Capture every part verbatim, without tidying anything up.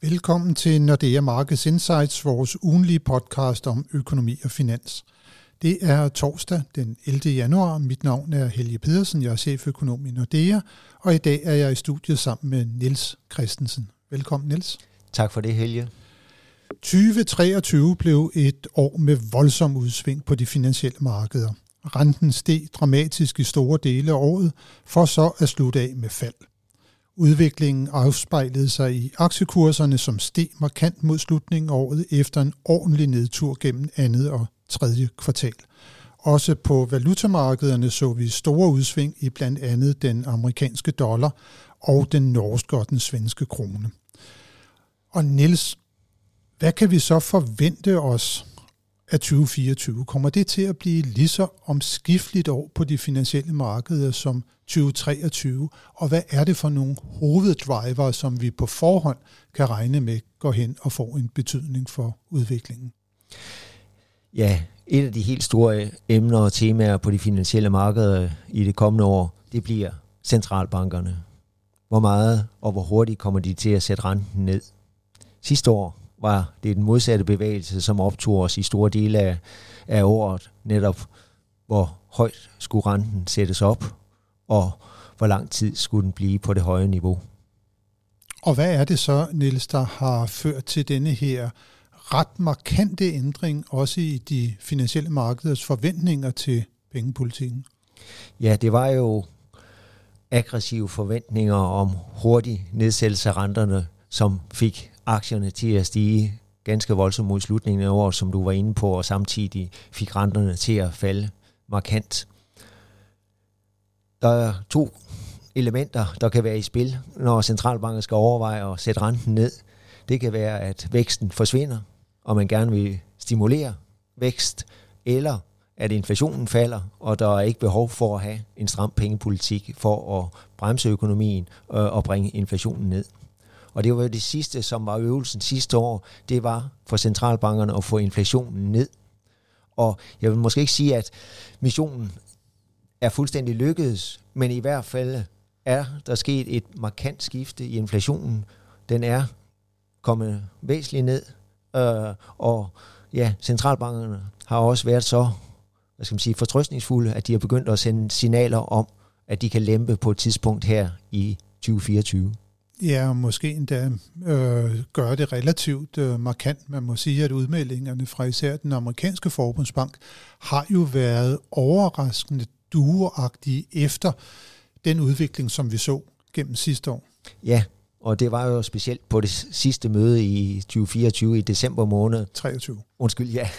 Velkommen til Nordea Markets Insights, vores ugenlige podcast om økonomi og finans. Det er torsdag den ellevte januar. Mit navn er Helge Pedersen, jeg er cheføkonom i Nordea, og i dag er jeg i studiet sammen med Niels Christensen. Velkommen, Niels. Tak for det, Helge. tyve treogtyve blev et år med voldsom udsving på de finansielle markeder. Renten steg dramatisk i store dele af året, for så at slutte af med fald. Udviklingen afspejlede sig i aktiekurserne, som steg markant mod slutningen af året efter en ordentlig nedtur gennem andet og tredje kvartal. Også på valutamarkederne så vi store udsving i blandt andet den amerikanske dollar og den norske og den svenske krone. Og Niels, hvad kan vi så forvente os af tyve fireogtyve? Kommer det til at blive lige så omskifteligt år på de finansielle markeder som tyve treogtyve? Og hvad er det for nogle hoveddriver, som vi på forhånd kan regne med går hen og får en betydning for udviklingen? Ja, et af de helt store emner og temaer på de finansielle markeder i det kommende år, det bliver centralbankerne. Hvor meget og hvor hurtigt kommer de til at sætte renten ned? Sidste år var det den modsatte bevægelse, som optog os i store dele af, af året, netop hvor højt skulle renten sættes op, og hvor lang tid skulle den blive på det høje niveau. Og hvad er det så, Niels, der har ført til denne her ret markante ændring, også i de finansielle markeders forventninger til pengepolitikken? Ja, det var jo aggressive forventninger om hurtig nedsættelse af renterne, som fik aktierne til at stige ganske voldsomt mod slutningen af året, som du var inde på, og samtidig fik renterne til at falde markant. Der er to elementer, der kan være i spil, når centralbanker skal overveje at sætte renten ned. Det kan være, at væksten forsvinder, og man gerne vil stimulere vækst, eller at inflationen falder, og der er ikke behov for at have en stram pengepolitik for at bremse økonomien og bringe inflationen ned. Og det var jo det sidste, som var øvelsen sidste år, det var for centralbankerne at få inflationen ned. Og jeg vil måske ikke sige, at missionen er fuldstændig lykkedes, men i hvert fald er der sket et markant skifte i inflationen. Den er kommet væsentligt ned, øh, og ja, centralbankerne har også været så, hvad skal man sige, fortrøstningsfulde, at de har begyndt at sende signaler om, at de kan lempe på et tidspunkt her i tyve fireogtyve. Ja, og måske endda øh, gøre det relativt øh, markant. Man må sige, at udmeldingerne fra især den amerikanske forbundsbank har jo været overraskende duoagtige efter den udvikling, som vi så gennem sidste år. Ja, og det var jo specielt på det sidste møde i tyve fireogtyve i december måned. treogtyve. Undskyld, ja.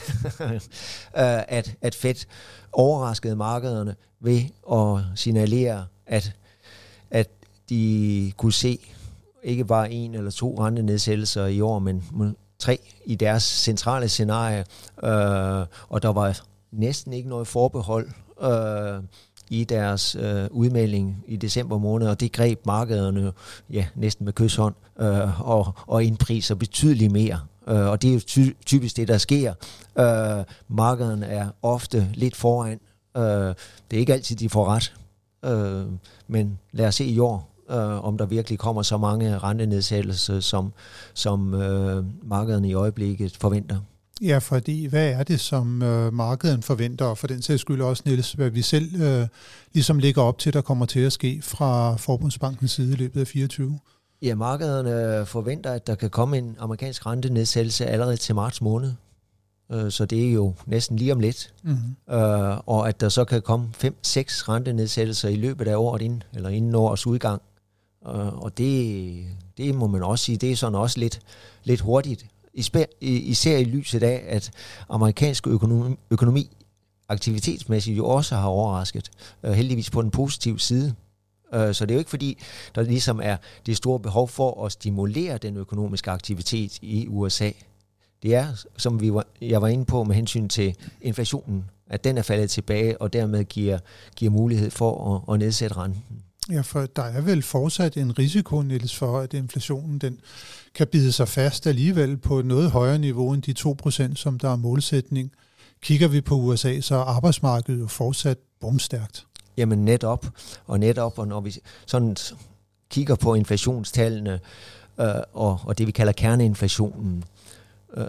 at, at Fed overraskede markederne ved at signalere, at, at de kunne se ikke bare en eller to rentenedsættelser i år, men tre i deres centrale scenarie, øh, og der var næsten ikke noget forbehold øh, i deres øh, udmelding i december måned, og det greb markederne ja, næsten med kyshånd øh, og, og indpriser betydeligt mere. Øh, og det er jo ty- typisk det, der sker. Øh, markederne er ofte lidt foran. Øh, det er ikke altid, de får ret, øh, men lad os se i år, Uh, om der virkelig kommer så mange rentenedsættelser, som, som uh, markederne i øjeblikket forventer. Ja, fordi hvad er det, som uh, markedet forventer, og for den sags skyld også, Niels, hvad vi selv uh, ligesom lægger op til, der kommer til at ske fra Forbundsbankens side i løbet af fireogtyve? Ja, markederne forventer, at der kan komme en amerikansk rentenedsættelse allerede til marts måned. Uh, så det er jo næsten lige om lidt. Mm-hmm. Uh, og at der så kan komme fem seks rentenedsættelser i løbet af året inden, eller inden årets udgang. Uh, og det, det må man også sige, det er sådan også lidt, lidt hurtigt. Især i lyset af, at amerikansk økonomi, økonomi aktivitetsmæssigt jo også har overrasket. Uh, heldigvis på den positive side. Uh, så det er jo ikke fordi, der ligesom er det store behov for at stimulere den økonomiske aktivitet i U S A. Det er, som vi var, jeg var inde på med hensyn til inflationen, at den er faldet tilbage, og dermed giver, giver mulighed for at, at nedsætte renten. Ja, for der er vel fortsat en risiko, Niels, for at inflationen den kan bide sig fast alligevel på et noget højere niveau end de to procent, som der er målsætning. Kigger vi på U S A, så er arbejdsmarkedet jo fortsat bomstærkt. Jamen netop, og netop, og når vi sådan kigger på inflationstallene, øh, og, og det vi kalder kerneinflationen, øh,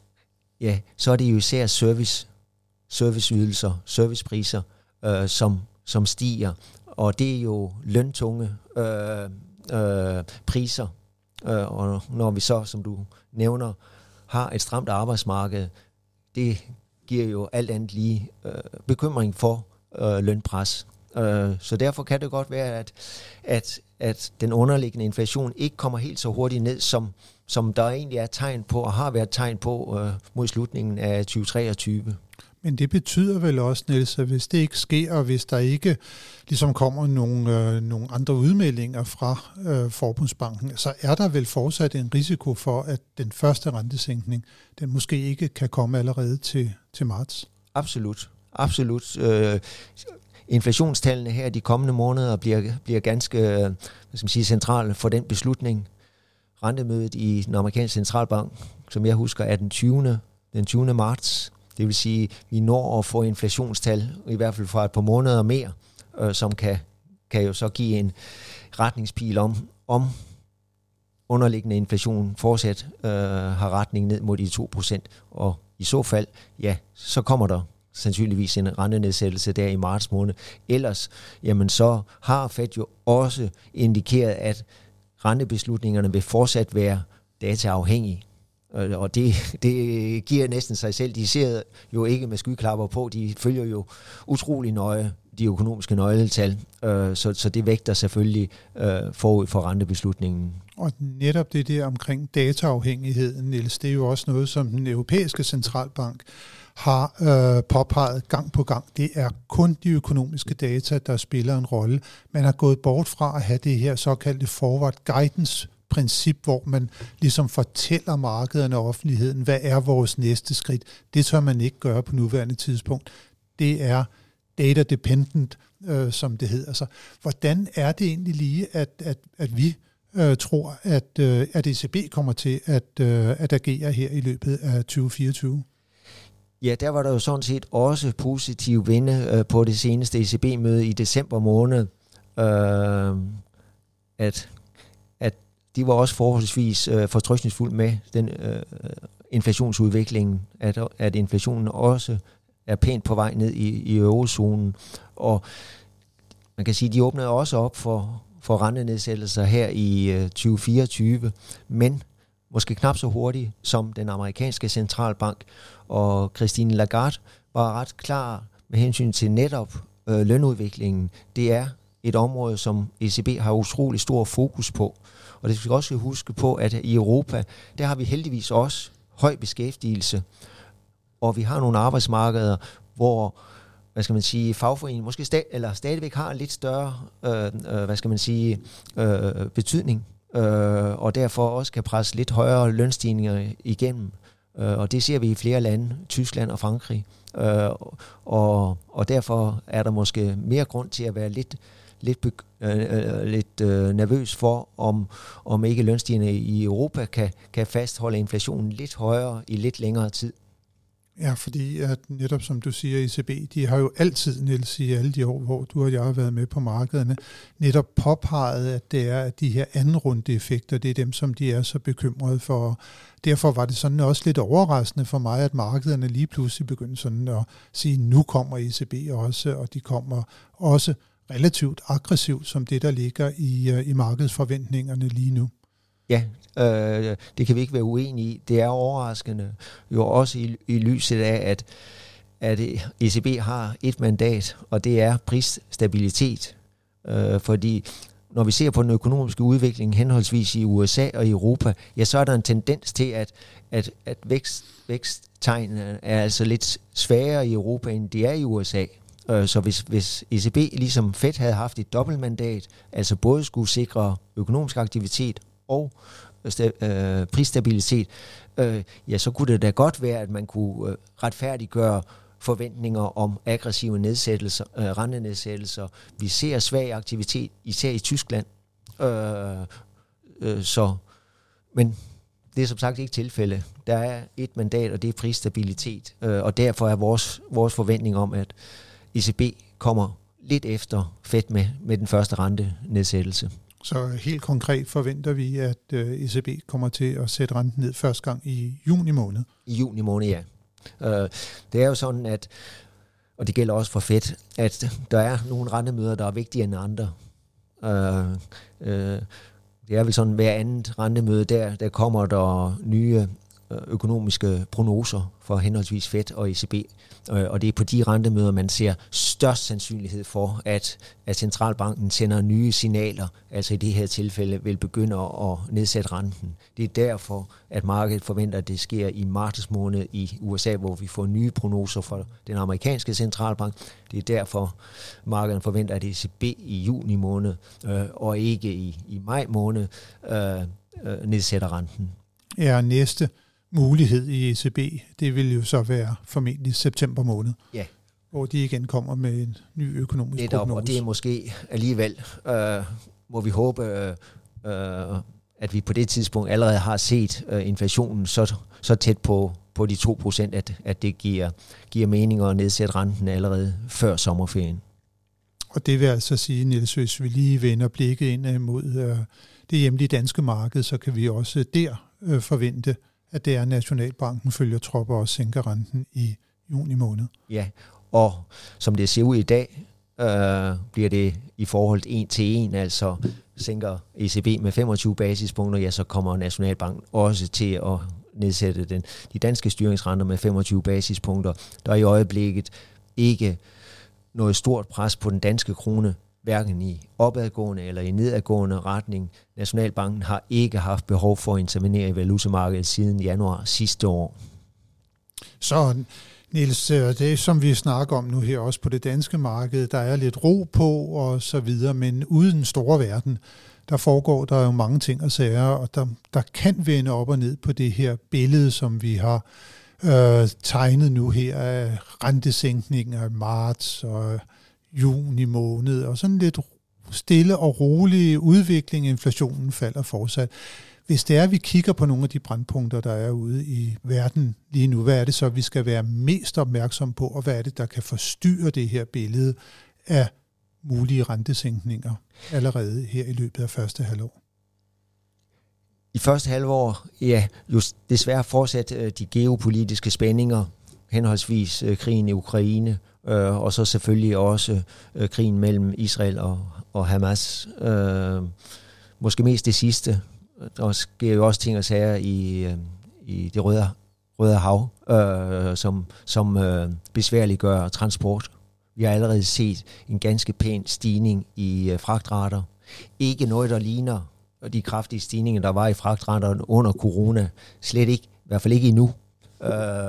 ja, så er det jo især service, serviceydelser, servicepriser, øh, som, som stiger, og det er jo løntunge øh, øh, priser, øh, og når vi så, som du nævner, har et stramt arbejdsmarked, det giver jo alt andet lige øh, bekymring for øh, lønpres. Øh, så derfor kan det godt være, at, at, at den underliggende inflation ikke kommer helt så hurtigt ned, som, som der egentlig er tegn på, og har været tegn på øh, mod slutningen af tyve treogtyve. Men det betyder vel også, Niels, at hvis det ikke sker, og hvis der ikke ligesom kommer nogle, øh, nogle andre udmeldinger fra øh, Forbundsbanken, så er der vel fortsat en risiko for, at den første rentesænkning, den måske ikke kan komme allerede til, til marts? Absolut. Absolut. Øh, inflationstallene her de kommende måneder bliver, bliver ganske hvad skal man sige, centrale for den beslutning. Rentemødet i den amerikanske centralbank, som jeg husker, er den tyvende den tyvende marts. Det vil sige, at vi når at få inflationstal, i hvert fald fra et par måneder mere, øh, som kan, kan jo så give en retningspil om, om underliggende inflation fortsat øh, har retning ned mod de to procent. Og i så fald, ja, så kommer der sandsynligvis en rentenedsættelse der i marts måned. Ellers, jamen så har Fed jo også indikeret, at rentebeslutningerne vil fortsat være dataafhængige. Og det, det giver næsten sig selv. De ser jo ikke med skyklapper på, de følger jo utrolig nøje de økonomiske nøgletal, så, så det vægter selvfølgelig forud for rentebeslutningen. Og netop det der omkring dataafhængigheden, Niels, det er jo også noget, som den europæiske centralbank har øh, påpeget gang på gang. Det er kun de økonomiske data, der spiller en rolle. Man har gået bort fra at have det her såkaldte forward guidance princip, hvor man ligesom fortæller markederne og offentligheden, hvad er vores næste skridt. Det tør man ikke gøre på nuværende tidspunkt. Det er data dependent, øh, som det hedder. Så hvordan er det egentlig lige, at, at, at vi øh, tror, at, øh, at E C B kommer til at, øh, at agere her i løbet af tyve fireogtyve? Ja, der var der jo sådan set også positiv vinde øh, på det seneste E C B-møde i december måned, øh, at de var også forholdsvis øh, fortrøstningsfulde med den øh, inflationsudvikling, at, at inflationen også er pænt på vej ned i, i eurozonen. Og man kan sige, at de åbnede også op for, for rentenedsættelser her i øh, tyve fireogtyve, men måske knap så hurtigt som den amerikanske centralbank. Og Christine Lagarde var ret klar med hensyn til netop øh, lønudviklingen. Det er et område, som E C B har utrolig stor fokus på. Og det skal vi også huske på, at i Europa, der har vi heldigvis også høj beskæftigelse. Og vi har nogle arbejdsmarkeder, hvor, hvad skal man sige, fagforeningen måske sta- eller stadigvæk har en lidt større, øh, øh, hvad skal man sige, øh, betydning. Øh, og derfor også kan presse lidt højere lønstigninger igennem. Øh, og det ser vi i flere lande, Tyskland og Frankrig. Øh, og, og derfor er der måske mere grund til at være lidt lidt, øh, lidt øh, nervøs for, om, om ikke lønstigende i Europa kan, kan fastholde inflationen lidt højere i lidt længere tid. Ja, fordi at netop som du siger, E C B, de har jo altid, Niels, i alle de år, hvor du og jeg har været med på markederne, netop påpeget, at det er at de her anden runde effekter, det er dem, som de er så bekymrede for. Derfor var det sådan også lidt overraskende for mig, at markederne lige pludselig begyndte sådan at sige, nu kommer E C B også, og de kommer også relativt aggressivt, som det, der ligger i, i markedsforventningerne lige nu. Ja, øh, det kan vi ikke være uenige i. Det er overraskende, jo også i, i lyset af, at, at E C B har et mandat, og det er prisstabilitet. Øh, fordi når vi ser på den økonomiske udvikling henholdsvis i U S A og i Europa, ja, så er der en tendens til, at, at, at vækst, væksttegnene er altså lidt svagere i Europa, end de er i U S A. Så hvis, hvis E C B ligesom Fed havde haft et dobbeltmandat, altså både skulle sikre økonomisk aktivitet og øh, prisstabilitet, øh, ja, så kunne det da godt være, at man kunne øh, retfærdiggøre forventninger om aggressive nedsættelser, øh, rentenedsættelser. Vi ser svag aktivitet, især i Tyskland. Øh, øh, så, men det er som sagt ikke tilfælde. Der er et mandat, og det er prisstabilitet. Øh, og derfor er vores, vores forventning om, at E C B kommer lidt efter Fed med, med den første rentenedsættelse. Så helt konkret forventer vi, at E C B kommer til at sætte renten ned første gang i juni måned. I juni måned, ja. Uh, det er jo sådan, at, og det gælder også for Fed, at der er nogle rentemøder, der er vigtigere end andre. Uh, uh, det er vel sådan, hver andet rentemøde, der, der kommer der nye økonomiske prognoser for henholdsvis Fed og E C B. Og det er på de rentemøder, man ser størst sandsynlighed for, at, at centralbanken sender nye signaler, altså i det her tilfælde vil begynde at nedsætte renten. Det er derfor, at markedet forventer, at det sker i marts måned i U S A, hvor vi får nye prognoser fra den amerikanske centralbank. Det er derfor, markedet forventer, at E C B i juni måned øh, og ikke i, i maj måned øh, øh, nedsætter renten. Ja, næste mulighed i E C B, det vil jo så være formentlig september måned, ja. Hvor de igen kommer med en ny økonomisk det prognose. Og det er måske alligevel, øh, må vi håbe, øh, at vi på det tidspunkt allerede har set øh, inflationen så, så tæt på, på de to procent, at, at det giver, giver mening at nedsætte renten allerede før sommerferien. Og det vil altså sige, Niels, hvis vi lige vender blikket ind mod øh, det hjemlige danske marked, så kan vi også der øh, forvente, at det er Nationalbanken følger tropper og sænker renten i juni måned. Ja, og som det ser ud i dag, øh, bliver det i forhold en til en, altså sænker E C B med femogtyve basispunkter, ja, så kommer Nationalbanken også til at nedsætte den, de danske styringsrenter med femogtyve basispunkter. Der er i øjeblikket ikke noget stort pres på den danske krone, hverken i opadgående eller i nedadgående retning. Nationalbanken har ikke haft behov for at intervenere i valutamarkedet siden januar sidste år. Så Niels, det som vi snakker om nu her også på det danske marked, der er lidt ro på og så videre, men uden den store verden, der foregår der jo mange ting og sager, og der, der kan vende op og ned på det her billede, som vi har øh, tegnet nu her af rentesænkninger af marts og juni måned, og sådan lidt stille og rolig udvikling, inflationen falder fortsat. Hvis det er, at vi kigger på nogle af de brandpunkter, der er ude i verden lige nu, hvad er det så, vi skal være mest opmærksom på, og hvad er det, der kan forstyrre det her billede af mulige rentesænkninger allerede her i løbet af første halvår? I første halvår, ja, jo desværre fortsat de geopolitiske spændinger, henholdsvis krigen i Ukraine, øh, og så selvfølgelig også øh, krigen mellem Israel og, og Hamas. Øh, måske mest det sidste. Der sker jo også ting og sager i, øh, i det røde, røde hav, øh, som, som øh, besværliggør transport. Vi har allerede set en ganske pæn stigning i øh, fragtrater. Ikke noget, der ligner de kraftige stigninger, der var i fragtraterne under corona. Slet ikke, i hvert fald ikke endnu. Øh,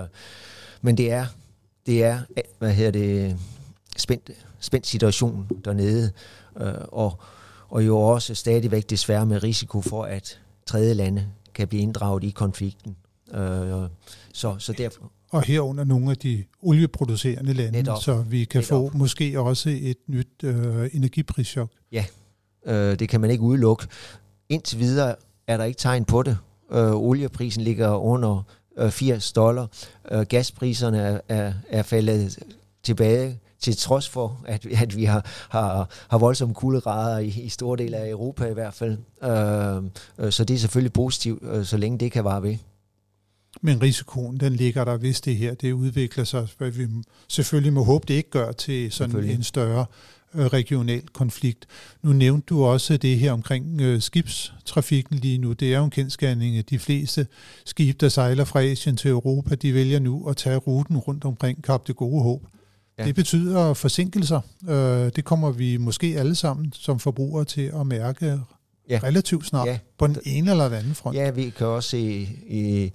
men det er, det er, hvad hedder det, spændt, spændt situation dernede, øh, og, og jo også stadigvæk desværre med risiko for, at tredje lande kan blive inddraget i konflikten. Øh, så, så derfor... Og herunder nogle af de olieproducerende lande, netop, så vi kan netop. få måske også et nyt øh, energiprischok. Ja, øh, det kan man ikke udelukke. Indtil videre er der ikke tegn på det. Øh, olieprisen ligger under øh, firs dollar. Øh, gaspriserne er, er, er faldet tilbage, til trods for, at, at vi har, har, har voldsomme kuldegrader i, i store dele af Europa i hvert fald. Øh, øh, så det er selvfølgelig positivt, øh, så længe det kan vare ved. Men risikoen, den ligger der, hvis det her det udvikler sig, hvad vi selvfølgelig må håbe, det ikke gør til sådan en større øh, regional konflikt. Nu nævnte du også det her omkring øh, skibstrafikken lige nu. Det er jo en kendsgerning, at de fleste skib, der sejler fra Asien til Europa, de vælger nu at tage ruten rundt omkring Kap det Gode Håb. Ja. Det betyder forsinkelser. Øh, det kommer vi måske alle sammen som forbrugere til at mærke ja. relativt snart ja. på den ene eller den anden front. Ja, vi kan også se i,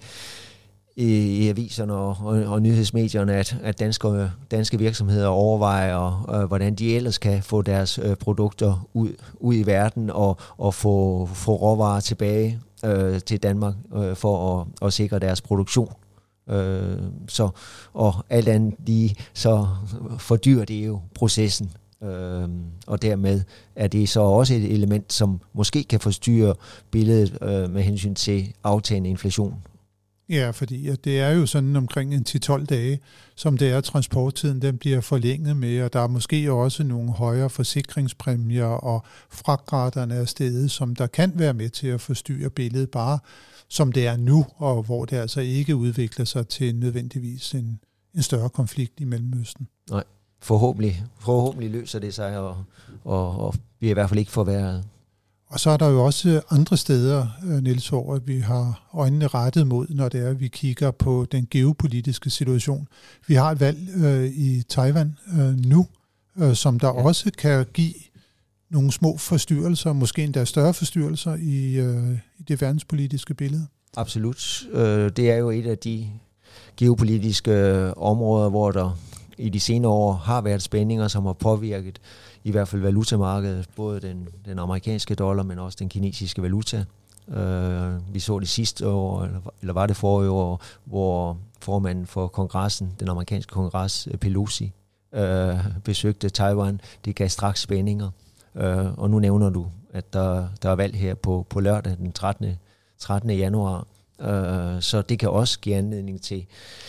i, i aviserne og, og, og nyhedsmedierne, at, at danske, danske virksomheder overvejer, øh, hvordan de ellers kan få deres øh, produkter ud, ud i verden og, og få, få råvarer tilbage øh, til Danmark øh, for at, at sikre deres produktion. Øh, så, og alt andet lige, så fordyrer det jo processen. Øh, og dermed er det så også et element, som måske kan forstyrre billedet øh, med hensyn til aftagende inflation. Ja, fordi at det er jo sådan omkring en ti til tolv dage, som det er, transporttiden den bliver forlænget med, og der er måske også nogle højere forsikringspræmier, og fragtraterne er steget, som der kan være med til at forstyrre billedet, bare som det er nu, og hvor det altså ikke udvikler sig til nødvendigvis en, en større konflikt i Mellemøsten. Nej, forhåbentlig, forhåbentlig løser det sig, og, og, og bliver i hvert fald ikke forværret. Og så er der jo også andre steder, Niels, hvor vi har øjnene rettet mod, når det er, at vi kigger på den geopolitiske situation. Vi har et valg øh, i Taiwan øh, nu, øh, som der ja. også kan give nogle små forstyrrelser, måske endda større forstyrrelser i, øh, i det verdenspolitiske billede. Absolut. Øh, det er jo et af de geopolitiske øh, områder, hvor der i de senere år har været spændinger, som har påvirket i hvert fald valutamarkedet, både den, den amerikanske dollar, men også den kinesiske valuta. Uh, vi så det sidste år, eller, eller var det forrige år, hvor formanden for kongressen, den amerikanske kongres, Pelosi, uh, besøgte Taiwan. Det gav straks spændinger. Uh, og nu nævner du, at der, der er valg her på, på lørdag den trettende januar. Uh, så det kan også give anledning til,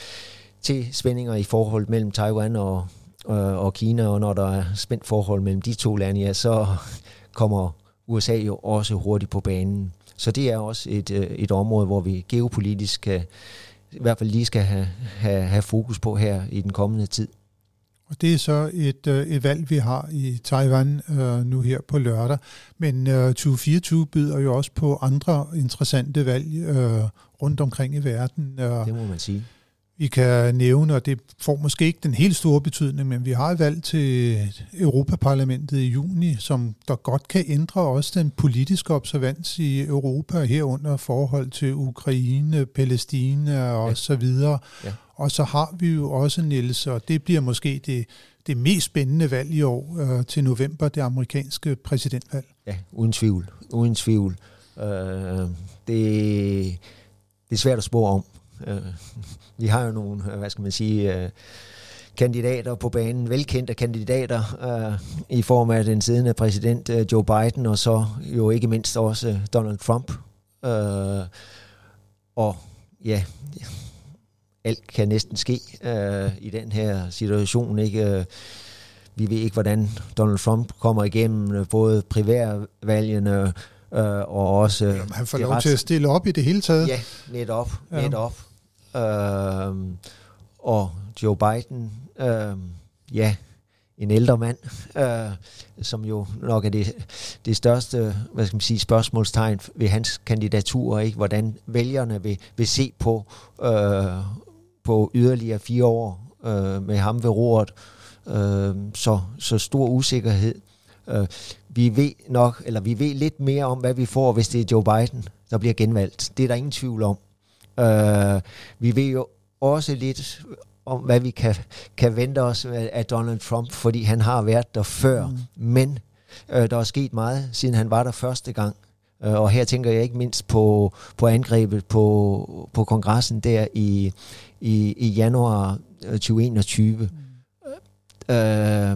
til spændinger i forhold mellem Taiwan og og Kina, og når der er spændt forhold mellem de to lande, ja, så kommer U S A jo også hurtigt på banen. Så det er også et, et område, hvor vi geopolitisk kan, i hvert fald lige skal have, have, have fokus på her i den kommende tid. Og det er så et, et valg, vi har i Taiwan øh, nu her på lørdag. Men øh, tyve fireogtyve byder jo også på andre interessante valg øh, rundt omkring i verden. Øh, det må man sige. Vi kan nævne, og det får måske ikke den helt store betydning, men vi har et valg til Europaparlamentet i juni, som der godt kan ændre også den politiske observans i Europa, herunder forhold til Ukraine, Palæstina og ja. så videre. Ja. Og så har vi jo også, Niels, og det bliver måske det, det mest spændende valg i år øh, til november, det amerikanske præsidentvalg. Ja, uden tvivl. Uden tvivl. Øh, det, det er svært at spå om. Øh, vi har jo nogle, hvad skal man sige, øh, kandidater på banen, velkendte kandidater øh, i form af den siddende præsident øh, Joe Biden, og så jo ikke mindst også Donald Trump. Øh, og ja, alt kan næsten ske øh, i den her situation, ikke? Vi ved ikke, hvordan Donald Trump kommer igennem både primærvalgene øh, og også... Jamen, han får lov ret... til at stille op i det hele taget. Ja, netop, netop. Øh, og Joe Biden, øh, ja, en ældre mand, øh, som jo nok er det, det største, hvad skal man sige, spørgsmålstegn ved hans kandidatur, ikke? Hvordan vælgerne vil, vil se på, øh, på yderligere fire år øh, med ham ved roret. Øh, så, så stor usikkerhed. Øh, vi ved nok, eller vi ved lidt mere om, hvad vi får, hvis det er Joe Biden, der bliver genvalgt. Det er der ingen tvivl om. Øh, vi ved jo også lidt om, hvad vi kan, kan vente os af Donald Trump, fordi han har været der før. Mm. Men øh, der er sket meget, siden han var der første gang. Øh, og her tænker jeg ikke mindst på, på angrebet på, på kongressen der i, i, i januar tyve enogtyve. Mm. Øh,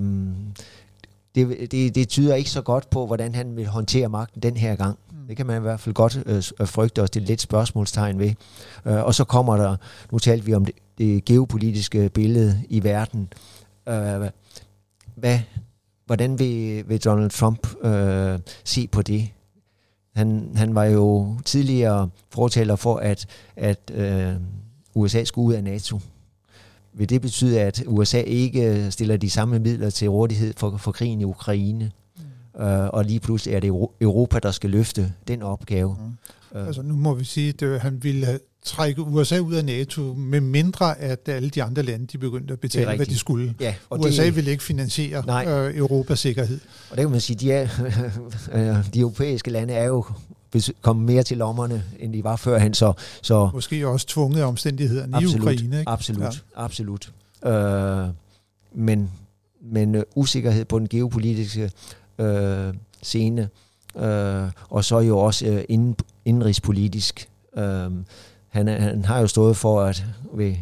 det, det, det tyder ikke så godt på, hvordan han vil håndtere magten den her gang. Det kan man i hvert fald godt øh, frygte og stille lidt spørgsmålstegn ved. Øh, og så kommer der, nu talte vi om det, det geopolitiske billede i verden. Øh, hvad, hvordan vil, vil Donald Trump øh, se på det? Han, han var jo tidligere fortaler for, at, at øh, U S A skulle ud af NATO. Vil det betyde, at U S A ikke stiller de samme midler til rådighed for, for krigen i Ukraine? Uh, og lige pludselig er det Europa, der skal løfte den opgave. Mm. Uh. Altså nu må vi sige, at han ville trække U S A ud af NATO, med mindre at alle de andre lande, de begyndte at betale, hvad de skulle. Ja, og U S A det, ville ikke finansiere uh, Europas sikkerhed. Og det kan man sige, de, er, de europæiske lande er jo kommet mere til lommerne, end de var førhen. Så, så måske også tvunget af omstændighederne absolut, i Ukraine. Ikke? Absolut, ja. absolut. Uh, men, men uh, usikkerhed på den geopolitiske Øh, scene, øh, og så jo også øh, inden, indenrigspolitisk. Øh, han, han har jo stået for, at vi,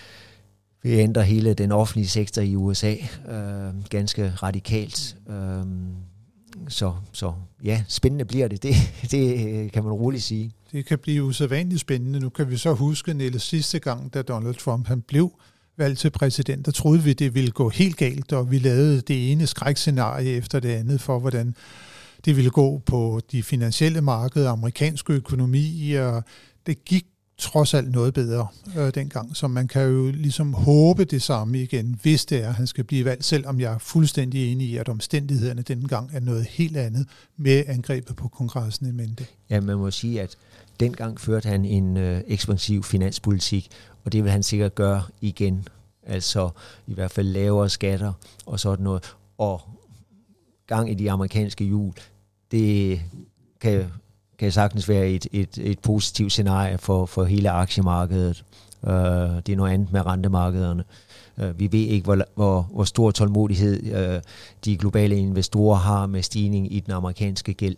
vi ændrer hele den offentlige sektor i U S A øh, ganske radikalt. Øh, så, så ja, spændende bliver det. det. Det kan man roligt sige. det kan blive usædvanligt spændende. Nu kan vi så huske, Niels, sidste gang, da Donald Trump han blev valgt til præsident, der troede vi, det ville gå helt galt, og vi lavede det ene skrækscenarie efter det andet for, hvordan det ville gå på de finansielle markeder, amerikansk økonomi, og det gik trods alt noget bedre øh, dengang, så man kan jo ligesom håbe det samme igen, hvis det er, at han skal blive valgt, selvom jeg er fuldstændig enig i, at omstændighederne denne gang er noget helt andet med angrebet på kongressen i mente. Ja, man må sige, at dengang førte han en øh, ekspansiv finanspolitik, og det vil han sikkert gøre igen, altså i hvert fald lavere skatter og sådan noget, og gang i de amerikanske hjul, det kan kan sagtens være et, et, et positivt scenarie for, for hele aktiemarkedet. Uh, det er noget andet med rentemarkederne. Uh, vi ved ikke, hvor, hvor, hvor stor tålmodighed uh, de globale investorer har med stigning i den amerikanske gæld.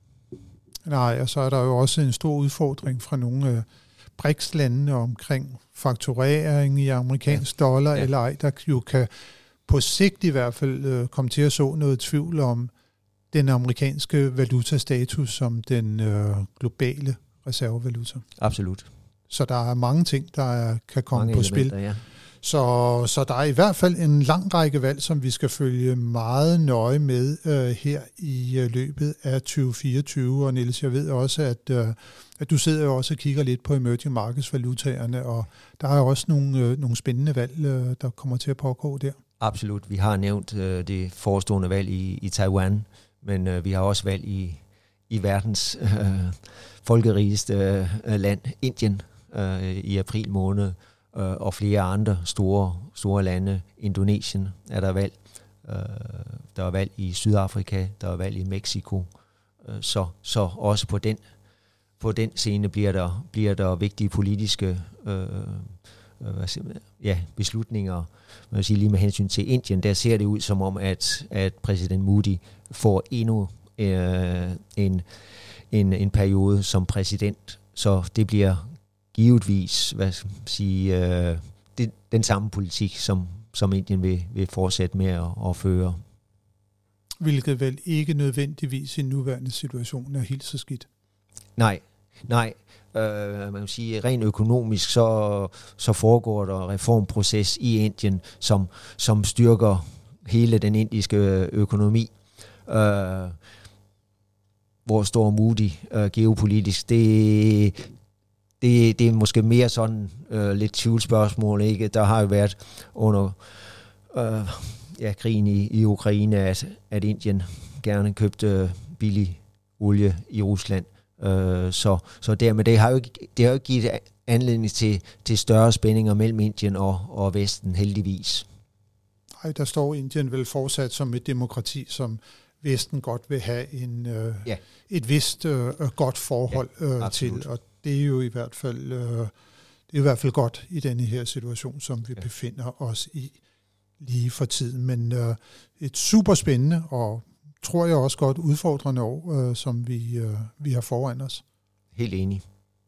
Nej, og så er der jo også en stor udfordring fra nogle uh, BRICS-landene omkring fakturering i amerikansk ja. dollar, ja. eller ej, der jo kan på sigt i hvert fald uh, komme til at så noget tvivl om den amerikanske valutastatus som den øh, globale reservevaluta. Absolut. Så der er mange ting, der er, kan komme mange på spil. Ja. Så, så der er i hvert fald en lang række valg, som vi skal følge meget nøje med øh, her i øh, løbet af tyve fireogtyve. Og Niels, jeg ved også, at, øh, at du sidder jo også og kigger lidt på emerging markets valutaerne, og der er også nogle, øh, nogle spændende valg, øh, der kommer til at pågå der. Absolut. Vi har nævnt øh, det forestående valg i, i Taiwan, men øh, vi har også valg i, i verdens øh, folkerigeste øh, land, Indien, øh, i april måned, øh, og flere andre store, store lande. Indonesien er der valg. Øh, der er valg i Sydafrika, der er valg i Mexico. Øh, så, så også på den, på den scene bliver der, bliver der vigtige politiske øh, øh, ja, beslutninger. Man vil sige, lige med hensyn til Indien, der ser det ud som om, at, at præsident Modi får endnu øh, en, en, en periode som præsident. Så det bliver givetvis, hvad skal man sige, øh, det, den samme politik, som, som Indien vil, vil fortsætte med at, at føre. Hvilket vel ikke nødvendigvis i den nuværende situation er helt så skidt. Nej, nej. Uh, man kan sige, rent økonomisk, så, så foregår der reformproces i Indien, som, som styrker hele den indiske økonomi. Uh, hvor står Modi uh, geopolitisk? Det, det, det er måske mere sådan uh, lidt tvivlsspørgsmål, ikke? Der har jo været under uh, ja, krigen i, i Ukraine, at, at Indien gerne købte billig olie i Rusland. Uh, så, så dermed, det har jo ikke, det har jo ikke givet anledning til, til større spændinger mellem Indien og, og Vesten, heldigvis. Nej, der står Indien vel fortsat som et demokrati, som Vesten godt vil have en, uh, ja. et vist uh, godt forhold ja, uh, til, og det er jo i hvert fald uh, det er i hvert fald godt i denne her situation, som vi ja. befinder os i lige for tiden. Men uh, et super spændende og tror jeg også godt udfordrende år, øh, som vi, øh, vi har foran os. Helt enig.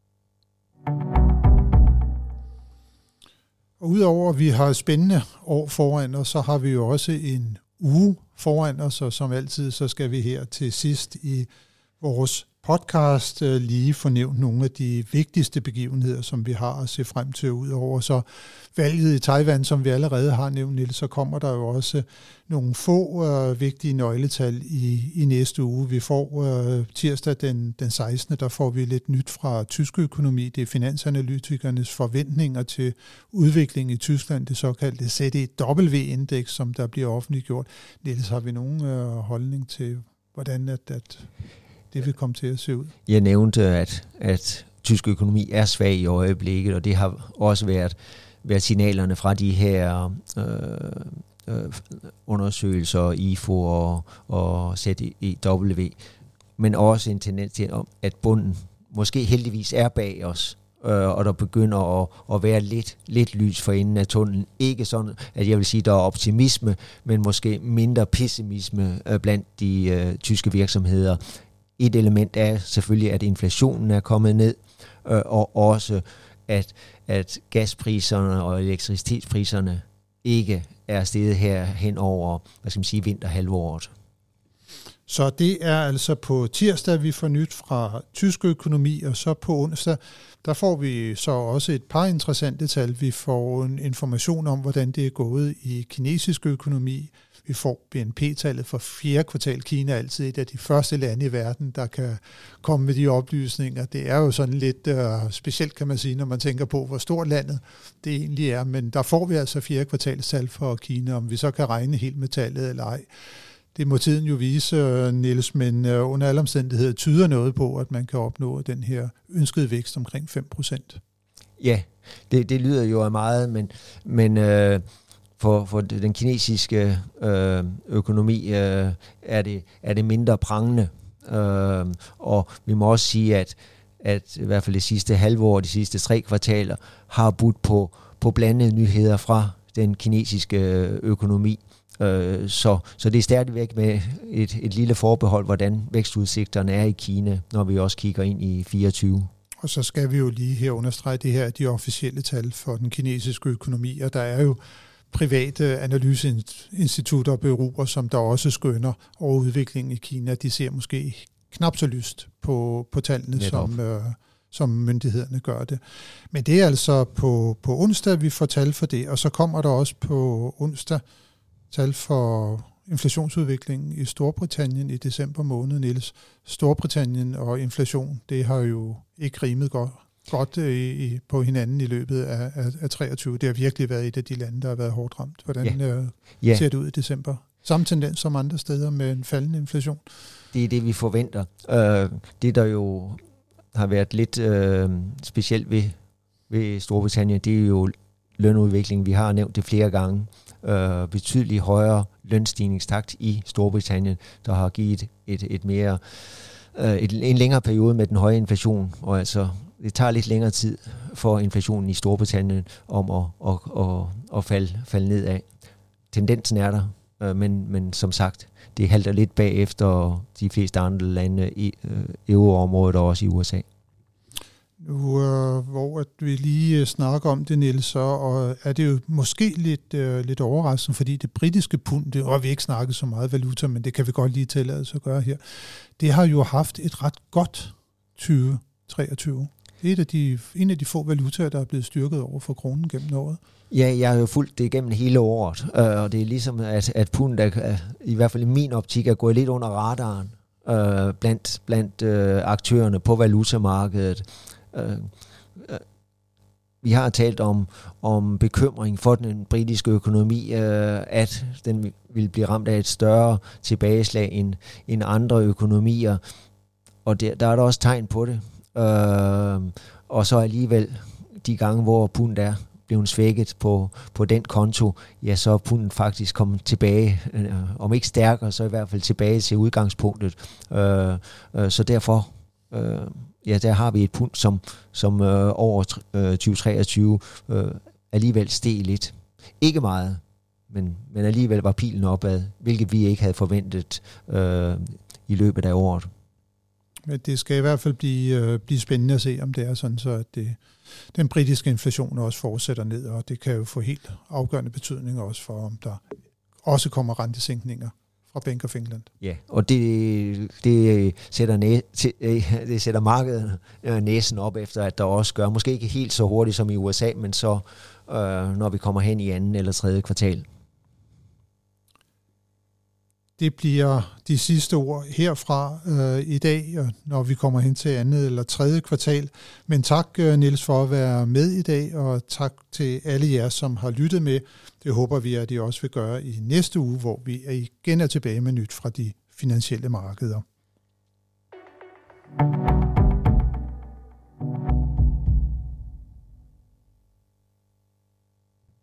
Og udover at vi har spændende år foran os, så har vi jo også en uge foran os, og som altid, så skal vi her til sidst i vores podcast øh, lige fornævne nogle af de vigtigste begivenheder, som vi har at se frem til udover. Så valget i Taiwan, som vi allerede har nævnt, Niels, så kommer der jo også nogle få øh, vigtige nøgletal i, i næste uge. Vi får øh, tirsdag den, den sekstende, der får vi lidt nyt fra tysk økonomi. Det er finansanalytikernes forventninger til udvikling i Tyskland, det såkaldte Z E W-indeks, som der bliver offentliggjort. Niels, har vi nogen øh, holdning til, hvordan at, at det vil komme til at se ud? Jeg nævnte, at, at tysk økonomi er svag i øjeblikket, og det har også været, været signalerne fra de her øh, øh, undersøgelser, I F O og, og Z E W, men også en tendens til, at bunden måske heldigvis er bag os, øh, og der begynder at, at være lidt, lidt lys for enden af tunnelen. Ikke sådan, at jeg vil sige, at der er optimisme, men måske mindre pessimisme øh, blandt de øh, tyske virksomheder. Et element er selvfølgelig, at inflationen er kommet ned, øh, og også, at, at gaspriserne og elektricitetspriserne ikke er steget her hen over, hvad skal man sige, vinterhalvåret. Så det er altså på tirsdag, vi får nyt fra tysk økonomi, og så på onsdag, der får vi så også et par interessante tal. Vi får en information om, hvordan det er gået i kinesisk økonomi. Vi får B N P-tallet for fjerde kvartal. Kina er altid et af de første lande i verden, der kan komme med de oplysninger. Det er jo sådan lidt uh, specielt, kan man sige, når man tænker på, hvor stort landet det egentlig er. Men der får vi altså fjerde kvartalstal for Kina, om vi så kan regne helt med tallet eller ej. Det må tiden jo vise, Niels, men under alle omstændigheder tyder noget på, at man kan opnå den her ønskede vækst omkring fem procent. Ja, det, det lyder jo af meget, men, men øh, for, for den kinesiske øh, økonomi øh, er, det, er det mindre prangende. Øh, og vi må også sige, at, at i hvert fald det sidste halve år, de sidste tre kvartaler, har budt på, på blandede nyheder fra den kinesiske økonomi. Så, så det er stadigvæk med et, et lille forbehold, hvordan vækstudsigterne er i Kina, når vi også kigger ind i fireogtyve. Og så skal vi jo lige her understrege det her, de officielle tal for den kinesiske økonomi, og der er jo private analyseinstitutter og bureauer, som der også skønner over udviklingen i Kina. De ser måske knap så lyst på, på tallene, som, øh, som myndighederne gør det. Men det er altså på, på onsdag, vi får tal for det, og så kommer der også på onsdag tal for inflationsudviklingen i Storbritannien i december måned, Niels. Storbritannien og inflation, det har jo ikke rimet godt, godt i, på hinanden i løbet af, af, af treogtyve. Det har virkelig været et af de lande, der har været hårdt ramt. Hvordan ja. Øh, ja. ser det ud i december? Samme tendens som andre steder med en faldende inflation. Det er det, vi forventer. Uh, det, der jo har været lidt uh, specielt ved, ved Storbritannien, det er jo lønudviklingen. Vi har nævnt det flere gange. Øh, betydeligt højere lønstigningstakt i Storbritannien, der har givet et, et, et mere, øh, et, en længere periode med den høje inflation, og altså det tager lidt længere tid for inflationen i Storbritannien om at, at, at, at falde, falde nedad. Tendensen er der, øh, men, men som sagt, det halter lidt bagefter de fleste andre lande i øh, euroområdet og også i U S A. Nu, øh, hvor at vi lige snakker om det, Niels, så og er det jo måske lidt, øh, lidt overraskende, fordi det britiske pund, det har vi ikke snakket så meget valuta, men det kan vi godt lige tillade os at gøre her, det har jo haft et ret godt tyve treogtyve. Det er et af de, en af de få valutaer, der er blevet styrket over for kronen gennem året. Ja, jeg har jo fulgt det gennem hele året, og det er ligesom, at, at pundet, i hvert fald i min optik, er gået lidt under radaren øh, blandt, blandt øh, aktørerne på valutamarkedet. Uh, uh, vi har talt om, om bekymring for den britiske økonomi, uh, at den vil blive ramt af et større tilbageslag end, end andre økonomier, og der, der er der også tegn på det. Uh, og så alligevel de gange, hvor pundet er blevet svækket på, på den konto, ja, så er pundet faktisk kommet tilbage, uh, om ikke stærkere, så i hvert fald tilbage til udgangspunktet. Uh, uh, så derfor uh, ja, der har vi et pund, som, som øh, over øh, tyve treogtyve øh, alligevel steg lidt. Ikke meget, men, men alligevel var pilen opad, hvilket vi ikke havde forventet øh, i løbet af året. Men det skal i hvert fald blive, øh, blive spændende at se, om det er sådan, så at det, den britiske inflation også fortsætter ned, og det kan jo få helt afgørende betydning også for, om der også kommer rentesænkninger fra Bank of England. Ja, og det, det, sætter næ, det sætter markedet næsen op efter, at der også gør, måske ikke helt så hurtigt som i U S A, men så øh, når vi kommer hen i anden eller tredje kvartal. Det bliver de sidste ord herfra øh, i dag, når vi kommer hen til andet eller tredje kvartal. Men tak, Niels, for at være med i dag, og tak til alle jer, som har lyttet med. Det håber vi, at I også vil gøre i næste uge, hvor vi igen er tilbage med nyt fra de finansielle markeder.